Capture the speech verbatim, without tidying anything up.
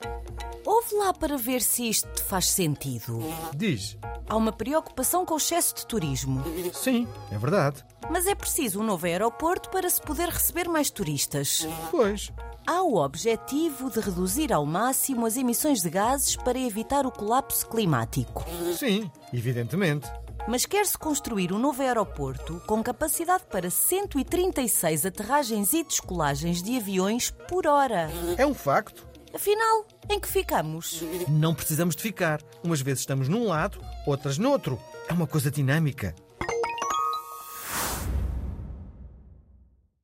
Ouve lá para ver se isto faz sentido. Diz. Há uma preocupação com o excesso de turismo. Sim, é verdade. Mas é preciso um novo aeroporto para se poder receber mais turistas. Pois. Há o objetivo de reduzir ao máximo as emissões de gases para evitar o colapso climático. Sim, evidentemente. Mas quer-se construir um novo aeroporto com capacidade para cento e trinta e seis aterragens e descolagens de aviões por hora. É um facto. Afinal, em que ficamos? Não precisamos de ficar. Umas vezes estamos num lado, outras noutro. É uma coisa dinâmica.